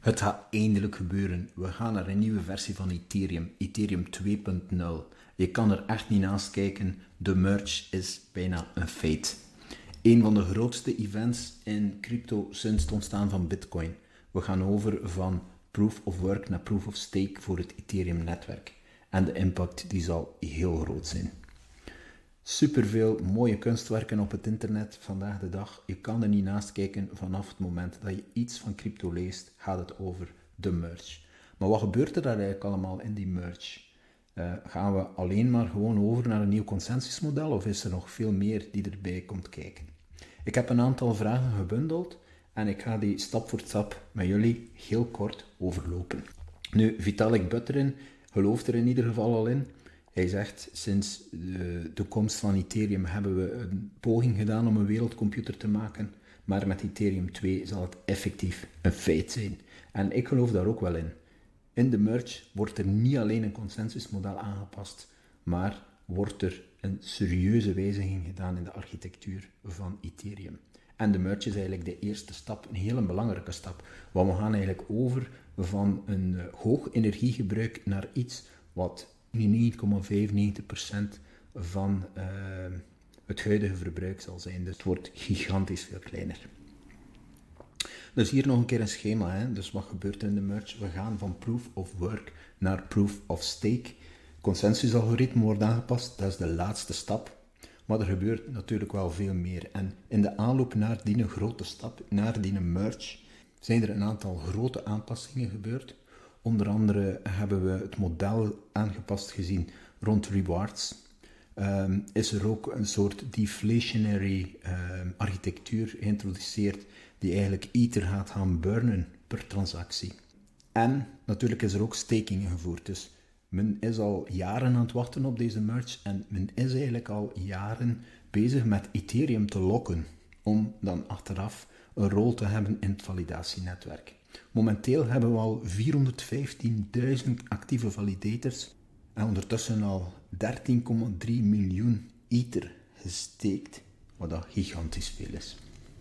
Het gaat eindelijk gebeuren. We gaan naar een nieuwe versie van Ethereum, Ethereum 2.0. Je kan er echt niet naast kijken, de merge is bijna een feit. Een van de grootste events in crypto sinds het ontstaan van Bitcoin. We gaan over van Proof of Work naar Proof of Stake voor het Ethereum-netwerk. En de impact die zal heel groot zijn. Superveel mooie kunstwerken op het internet vandaag de dag. Je kan er niet naast kijken vanaf het moment dat je iets van crypto leest, gaat het over de merge. Maar wat gebeurt er daar eigenlijk allemaal in die merge? Gaan we alleen maar gewoon over naar een nieuw consensusmodel of is er nog veel meer die erbij komt kijken? Ik heb een aantal vragen gebundeld en ik ga die stap voor stap met jullie heel kort overlopen. Nu, Vitalik Buterin gelooft er in ieder geval al in. Hij zegt, sinds de komst van Ethereum hebben we een poging gedaan om een wereldcomputer te maken, maar met Ethereum 2 zal het effectief een feit zijn. En ik geloof daar ook wel in. In de merge wordt er niet alleen een consensusmodel aangepast, maar wordt er een serieuze wijziging gedaan in de architectuur van Ethereum. En de merge is eigenlijk de eerste stap, een hele belangrijke stap. Want we gaan eigenlijk over van een hoog energiegebruik naar iets wat 9,95% van het huidige verbruik zal zijn. Dus het wordt gigantisch veel kleiner. Dus hier nog een keer een schema. Hè? Dus wat gebeurt er in de merge? We gaan van Proof of Work naar Proof of Stake. Consensusalgoritme wordt aangepast, dat is de laatste stap. Maar er gebeurt natuurlijk wel veel meer. En in de aanloop naar die grote stap, naar die merge, zijn er een aantal grote aanpassingen gebeurd. Onder andere hebben we het model aangepast gezien rond rewards. Is er ook een soort deflationary architectuur geïntroduceerd die eigenlijk Ether gaat gaan burnen per transactie. En natuurlijk is er ook staking ingevoerd. Dus men is al jaren aan het wachten op deze merge en men is eigenlijk al jaren bezig met Ethereum te lokken om dan achteraf een rol te hebben in het validatienetwerk. Momenteel hebben we al 415.000 actieve validators en ondertussen al 13,3 miljoen Ether gesteekt, wat dat gigantisch veel is.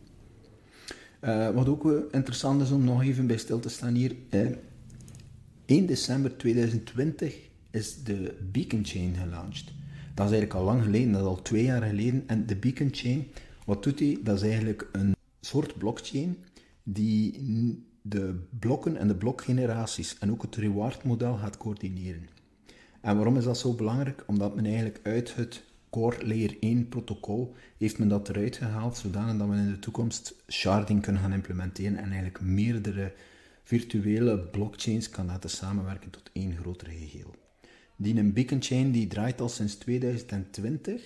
Wat ook interessant is om nog even bij stil te staan hier. 1 december 2020 is de Beacon Chain gelaunched. Dat is eigenlijk al lang geleden, dat is al 2 jaar geleden. En de Beacon Chain, wat doet die? Dat is eigenlijk een soort blockchain die de blokken en de blokgeneraties en ook het rewardmodel gaat coördineren. En waarom is dat zo belangrijk? Omdat men eigenlijk uit het Core Layer 1 protocol heeft men dat eruit gehaald, zodanig dat we in de toekomst sharding kunnen gaan implementeren en eigenlijk meerdere virtuele blockchains kan laten samenwerken tot één groter geheel. Die Beacon Chain die draait al sinds 2020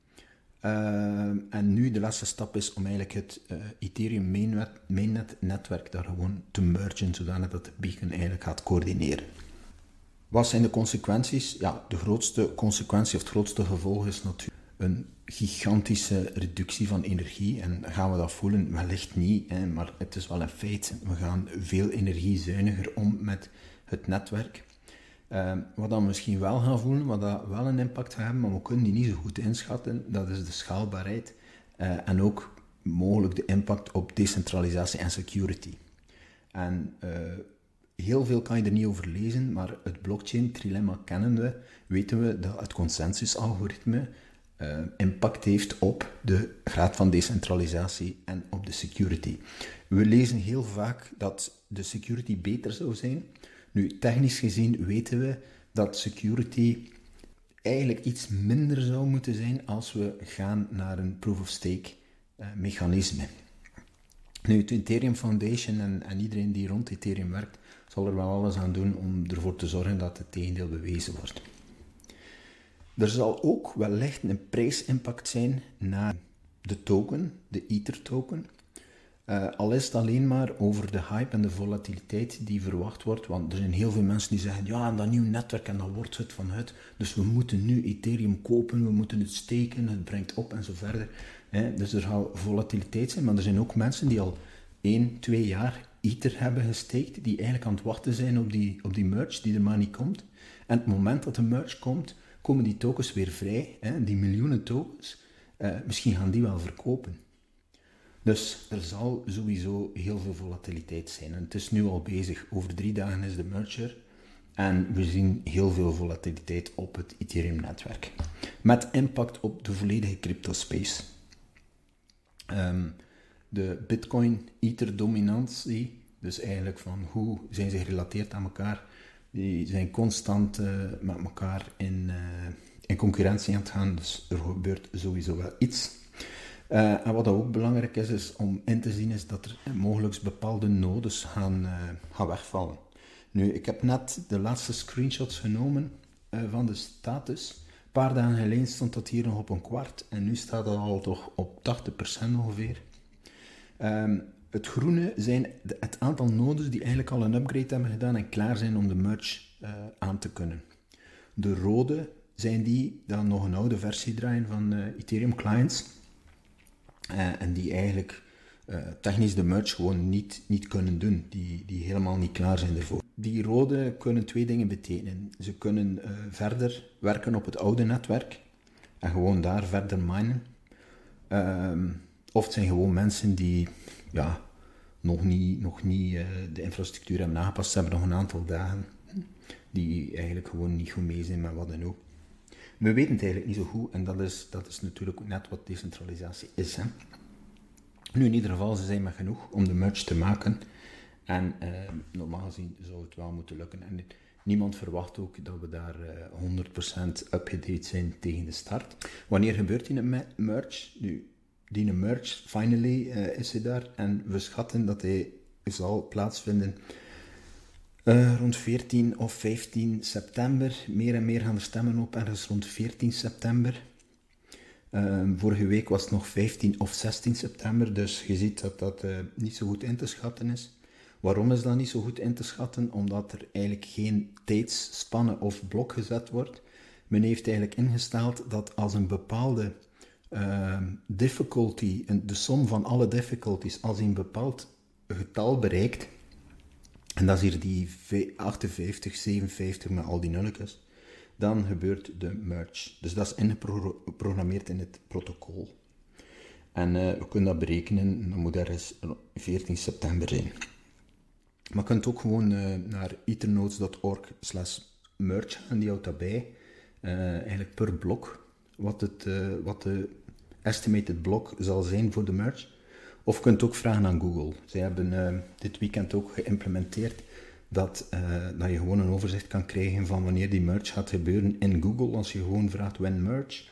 en nu de laatste stap is om eigenlijk het Ethereum mainnet netwerk daar gewoon te mergen, zodanig dat de Beacon eigenlijk gaat coördineren. Wat zijn de consequenties? Ja, de grootste consequentie of het grootste gevolg is natuurlijk een gigantische reductie van energie. En gaan we dat voelen? Wellicht niet, hè, maar het is wel een feit. We gaan veel energiezuiniger om met het netwerk. Wat dan misschien wel gaan voelen, wat dat wel een impact gaat hebben, maar we kunnen die niet zo goed inschatten, dat is de schaalbaarheid en ook mogelijk de impact op decentralisatie en security. En heel veel kan je er niet over lezen, maar het blockchain-trilemma kennende weten we dat het consensusalgoritme impact heeft op de graad van decentralisatie en op de security. We lezen heel vaak dat de security beter zou zijn. Nu, technisch gezien weten we dat security eigenlijk iets minder zou moeten zijn als we gaan naar een proof-of-stake mechanisme. Nu, het Ethereum Foundation en iedereen die rond Ethereum werkt, zal er wel alles aan doen om ervoor te zorgen dat het tegendeel bewezen wordt. Er zal ook wellicht een prijsimpact zijn naar de token, de Ether token. Al is het alleen maar over de hype en de volatiliteit die verwacht wordt, want er zijn heel veel mensen die zeggen, ja, dat nieuw netwerk en dat wordt het vanuit, dus we moeten nu Ethereum kopen, we moeten het steken, het brengt op en zo verder. Dus er zal volatiliteit zijn, maar er zijn ook mensen die al 1, 2 jaar Ether hebben gesteekt, die eigenlijk aan het wachten zijn op die merge die er maar niet komt. En op het moment dat de merge komt, komen die tokens weer vrij, die miljoenen tokens. Misschien gaan die wel verkopen. Dus er zal sowieso heel veel volatiliteit zijn. En het is nu al bezig. Over 3 dagen is de merger. En we zien heel veel volatiliteit op het Ethereum-netwerk. Met impact op de volledige crypto-space. De Bitcoin-Ether-dominantie, dus eigenlijk van hoe zijn ze gerelateerd aan elkaar, die zijn constant met elkaar in concurrentie aan het gaan. Dus er gebeurt sowieso wel iets. En wat ook belangrijk is om in te zien, is dat er mogelijk bepaalde nodes gaan wegvallen. Nu, ik heb net de laatste screenshots genomen van de status. Een paar dagen geleden stond dat hier nog op een kwart en nu staat dat al toch op 80% ongeveer. Het groene zijn het aantal nodes die eigenlijk al een upgrade hebben gedaan en klaar zijn om de merge aan te kunnen. De rode zijn die dan nog een oude versie draaien van Ethereum clients en die eigenlijk technisch de merge gewoon niet kunnen doen, die helemaal niet klaar zijn ervoor. Die rode kunnen 2 dingen betekenen. Ze kunnen verder werken op het oude netwerk en gewoon daar verder minen. Of het zijn gewoon mensen die nog niet de infrastructuur hebben aangepast. Ze hebben nog een aantal dagen die eigenlijk gewoon niet goed mee zijn met wat dan ook. We weten het eigenlijk niet zo goed en dat is natuurlijk ook net wat decentralisatie is. Hè? Nu in ieder geval, ze zijn met genoeg om de merge te maken. En normaal gezien zou het wel moeten lukken. En niemand verwacht ook dat we daar 100% up-to-date zijn tegen de start. Wanneer gebeurt die merge? Nu, die merge, finally is hij daar. En we schatten dat hij zal plaatsvinden rond 14 of 15 september. Meer en meer gaan er stemmen op, ergens rond 14 september. Vorige week was het nog 15 of 16 september, dus je ziet dat dat niet zo goed in te schatten is. Waarom is dat niet zo goed in te schatten? Omdat er eigenlijk geen tijdsspanne of blok gezet wordt. Men heeft eigenlijk ingesteld dat als een bepaalde difficulty, de som van alle difficulties, als een bepaald getal bereikt, en dat is hier die 58, 57 met al die nulletjes, dan gebeurt de merge. Dus dat is ingeprogrammeerd in het protocol. En we kunnen dat berekenen, dan moet ergens 14 september zijn. Maar je kunt ook gewoon naar ethernodes.org/merge gaan, die houdt daarbij. Eigenlijk per blok, wat de estimated blok zal zijn voor de merge. Of je kunt ook vragen aan Google. Zij hebben dit weekend ook geïmplementeerd dat je gewoon een overzicht kan krijgen van wanneer die merge gaat gebeuren in Google, als je gewoon vraagt when merge.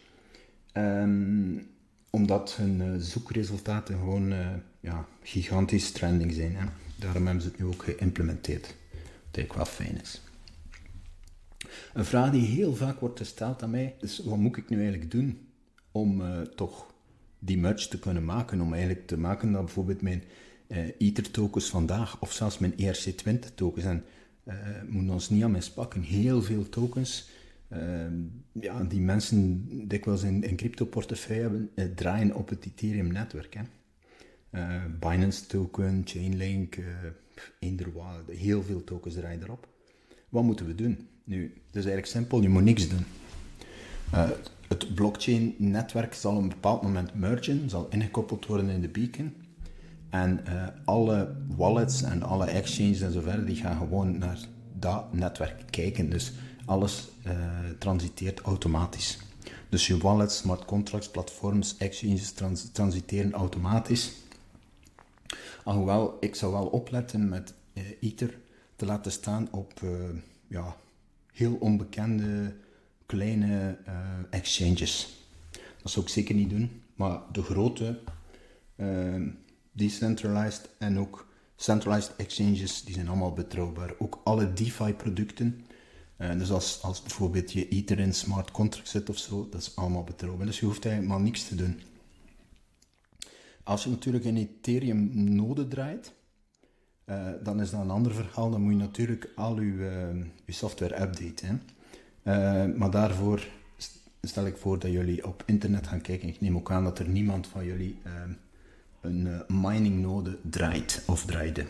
Omdat hun zoekresultaten gewoon gigantisch trending zijn. Hè. Daarom hebben ze het nu ook geïmplementeerd. Wat eigenlijk wel fijn is. Een vraag die heel vaak wordt gesteld aan mij is: wat moet ik nu eigenlijk doen om toch die merge te kunnen maken? Om eigenlijk te maken dat bijvoorbeeld mijn Ether-tokens vandaag, of zelfs mijn ERC20-tokens, en moeten ons niet aan mispakken, heel veel tokens die mensen dikwijls in crypto-portefeuille hebben, draaien op het Ethereum-netwerk. Binance token, Chainlink, heel veel tokens draaien erop. Wat moeten we doen? Nu, het is eigenlijk simpel, je moet niks doen. Het blockchain-netwerk zal op een bepaald moment mergen, zal ingekoppeld worden in de beacon. En alle wallets en alle exchanges en zo verder, die gaan gewoon naar dat netwerk kijken. Dus alles transiteert automatisch. Dus je wallets, smart contracts, platforms, exchanges transiteren automatisch. Alhoewel, ik zou wel opletten met Ether te laten staan op heel onbekende kleine exchanges. Dat zou ik zeker niet doen, maar de grote decentralized en ook centralized exchanges, die zijn allemaal betrouwbaar. Ook alle DeFi-producten, dus als bijvoorbeeld je Ether in smart contract zit of zo, dat is allemaal betrouwbaar. Dus je hoeft eigenlijk maar niks te doen. Als je natuurlijk een Ethereum-node draait, dan is dat een ander verhaal. Dan moet je natuurlijk al je software updaten. Maar daarvoor stel ik voor dat jullie op internet gaan kijken. Ik neem ook aan dat er niemand van jullie een mining node draait of draaide.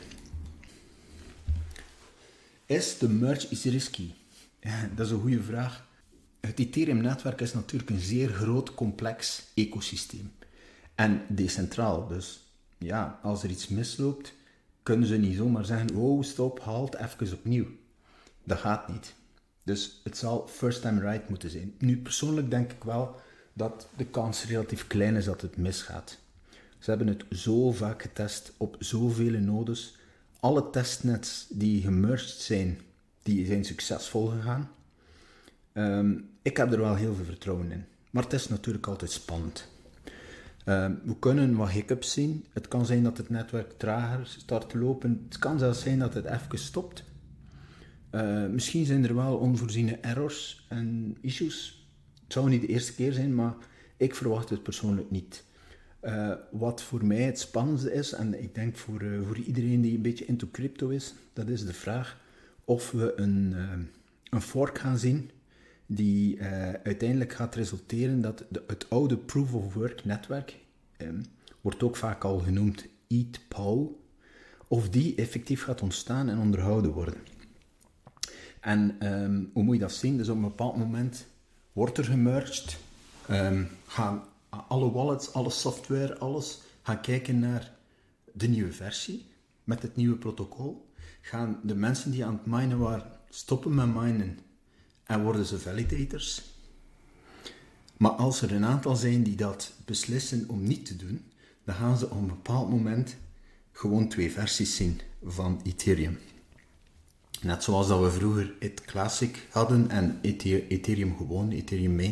Is de merge iets risky? Dat is een goede vraag. Het Ethereum-netwerk is natuurlijk een zeer groot, complex ecosysteem. En decentraal, dus ja, als er iets misloopt, kunnen ze niet zomaar zeggen, oh, stop, halt, even opnieuw. Dat gaat niet. Dus het zal first time right moeten zijn. Nu, persoonlijk denk ik wel dat de kans relatief klein is dat het misgaat. Ze hebben het zo vaak getest op zoveel nodes. Alle testnets die gemerged zijn, die zijn succesvol gegaan. Ik heb er wel heel veel vertrouwen in. Maar het is natuurlijk altijd spannend. We kunnen wat hiccups zien. Het kan zijn dat het netwerk trager start te lopen. Het kan zelfs zijn dat het even stopt. Misschien zijn er wel onvoorziene errors en issues. Het zou niet de eerste keer zijn, maar ik verwacht het persoonlijk niet. Wat voor mij het spannendste is, en ik denk voor iedereen die een beetje into crypto is, dat is de vraag of we een fork gaan zien die uiteindelijk gaat resulteren dat het oude Proof of Work netwerk, wordt ook vaak al genoemd ETH-POW, of die effectief gaat ontstaan en onderhouden worden. En hoe moet je dat zien? Dus op een bepaald moment wordt er gemerged, gaan alle wallets, alle software, alles gaan kijken naar de nieuwe versie met het nieuwe protocol. Gaan de mensen die aan het minen waren stoppen met minen en worden ze validators. Maar als er een aantal zijn die dat beslissen om niet te doen, dan gaan ze op een bepaald moment gewoon 2 versies zien van Ethereum. Net zoals dat we vroeger het Classic hadden en Ethereum gewoon, Ethereum Main,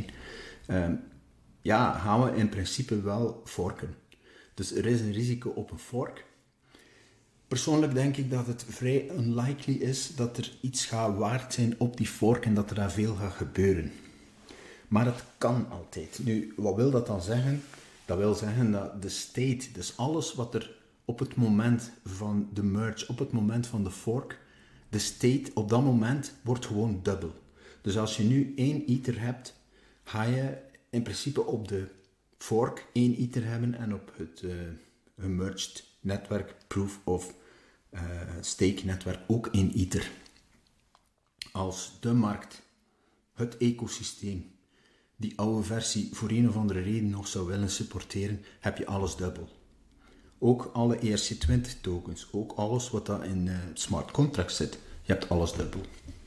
gaan we in principe wel forken. Dus er is een risico op een fork. Persoonlijk denk ik dat het vrij unlikely is dat er iets gaat waard zijn op die fork en dat er daar veel gaat gebeuren. Maar het kan altijd. Nu, wat wil dat dan zeggen? Dat wil zeggen dat de state, dus alles wat er op het moment van de merge, op het moment van de fork, de state op dat moment wordt gewoon dubbel. Dus als je nu 1 ether hebt, ga je in principe op de fork 1 ether hebben en op het gemerged netwerk, proof of stake netwerk ook 1 ether. Als de markt, het ecosysteem, die oude versie voor een of andere reden nog zou willen supporteren, heb je alles dubbel. Ook alle ERC20 tokens, ook alles wat daar in smart contracts zit, je hebt alles dubbel.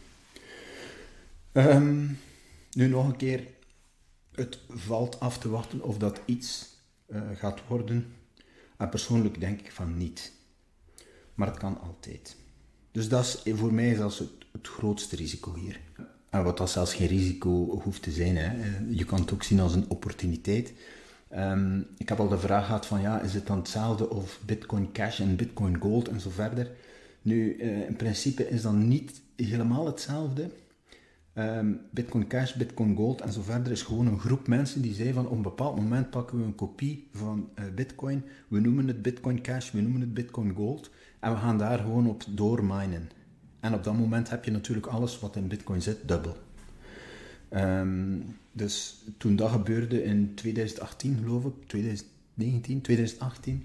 Nu nog een keer, het valt af te wachten of dat iets gaat worden. En persoonlijk denk ik van niet. Maar het kan altijd. Dus dat is voor mij zelfs het grootste risico hier. En wat dat zelfs geen risico hoeft te zijn. Hè. Je kan het ook zien als een opportuniteit. Ik heb al de vraag gehad van is het dan hetzelfde of Bitcoin Cash en Bitcoin Gold en zo verder. Nu, in principe is dat niet helemaal hetzelfde. Bitcoin Cash, Bitcoin Gold en zo verder is gewoon een groep mensen die zei van op een bepaald moment pakken we een kopie van Bitcoin. We noemen het Bitcoin Cash, we noemen het Bitcoin Gold en we gaan daar gewoon op doorminen. En op dat moment heb je natuurlijk alles wat in Bitcoin zit dubbel. Dus toen dat gebeurde in 2018 geloof ik, 2019, 2018,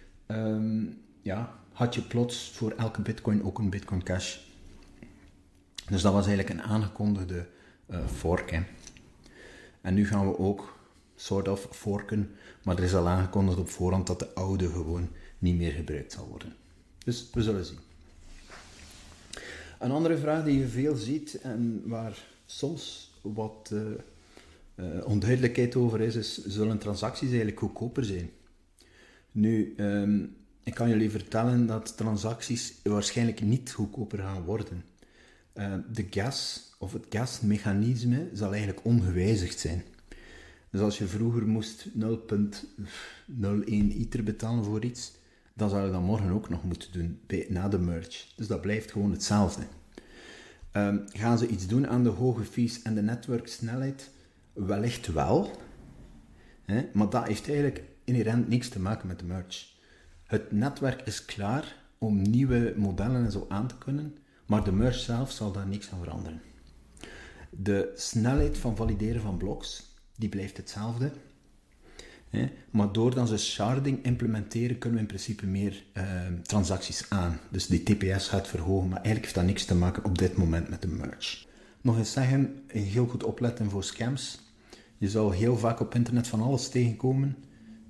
had je plots voor elke Bitcoin ook een Bitcoin Cash. Dus dat was eigenlijk een aangekondigde fork. Hè. En nu gaan we ook sort of forken, maar er is al aangekondigd op voorhand dat de oude gewoon niet meer gebruikt zal worden. Dus we zullen zien. Een andere vraag die je veel ziet en waar soms wat onduidelijkheid over is, zullen transacties eigenlijk goedkoper zijn? Nu, ik kan jullie vertellen dat transacties waarschijnlijk niet goedkoper gaan worden. De gas of het gasmechanisme zal eigenlijk ongewijzigd zijn. Dus als je vroeger moest 0,01 ether betalen voor iets, dan zou je dat morgen ook nog moeten doen na de merge. Dus dat blijft gewoon hetzelfde. Gaan ze iets doen aan de hoge fees en de netwerksnelheid? Wellicht wel. Maar dat heeft eigenlijk inherent niks te maken met de merge. Het netwerk is klaar om nieuwe modellen en zo aan te kunnen, maar de merge zelf zal daar niks aan veranderen. De snelheid van valideren van blocks, die blijft hetzelfde. Maar doordat ze sharding implementeren, kunnen we in principe meer transacties aan. Dus die TPS gaat verhogen, maar eigenlijk heeft dat niks te maken op dit moment met de merge. Nog eens zeggen, heel goed opletten voor scams. Je zal heel vaak op internet van alles tegenkomen.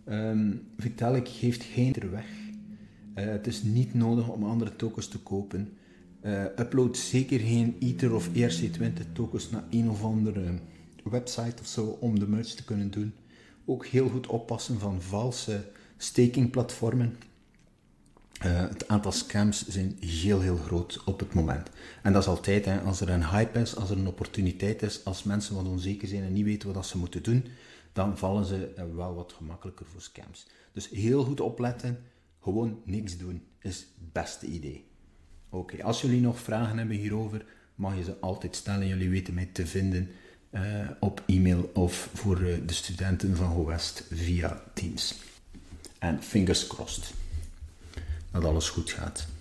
Vitalik geeft geen weg. Het is niet nodig om andere tokens te kopen. Upload zeker geen Ether of ERC20 tokens naar een of andere website of zo om de merge te kunnen doen. Ook heel goed oppassen van valse stakingplatformen. Het aantal scams zijn heel groot op het moment. En dat is altijd, hè, als er een hype is, als er een opportuniteit is, als mensen wat onzeker zijn en niet weten wat ze moeten doen, dan vallen ze wel wat gemakkelijker voor scams. Dus heel goed opletten, gewoon niks doen is het beste idee. Oké, als jullie nog vragen hebben hierover, mag je ze altijd stellen. Jullie weten mij te vinden op e-mail of voor de studenten van GoWest via Teams. En fingers crossed dat alles goed gaat.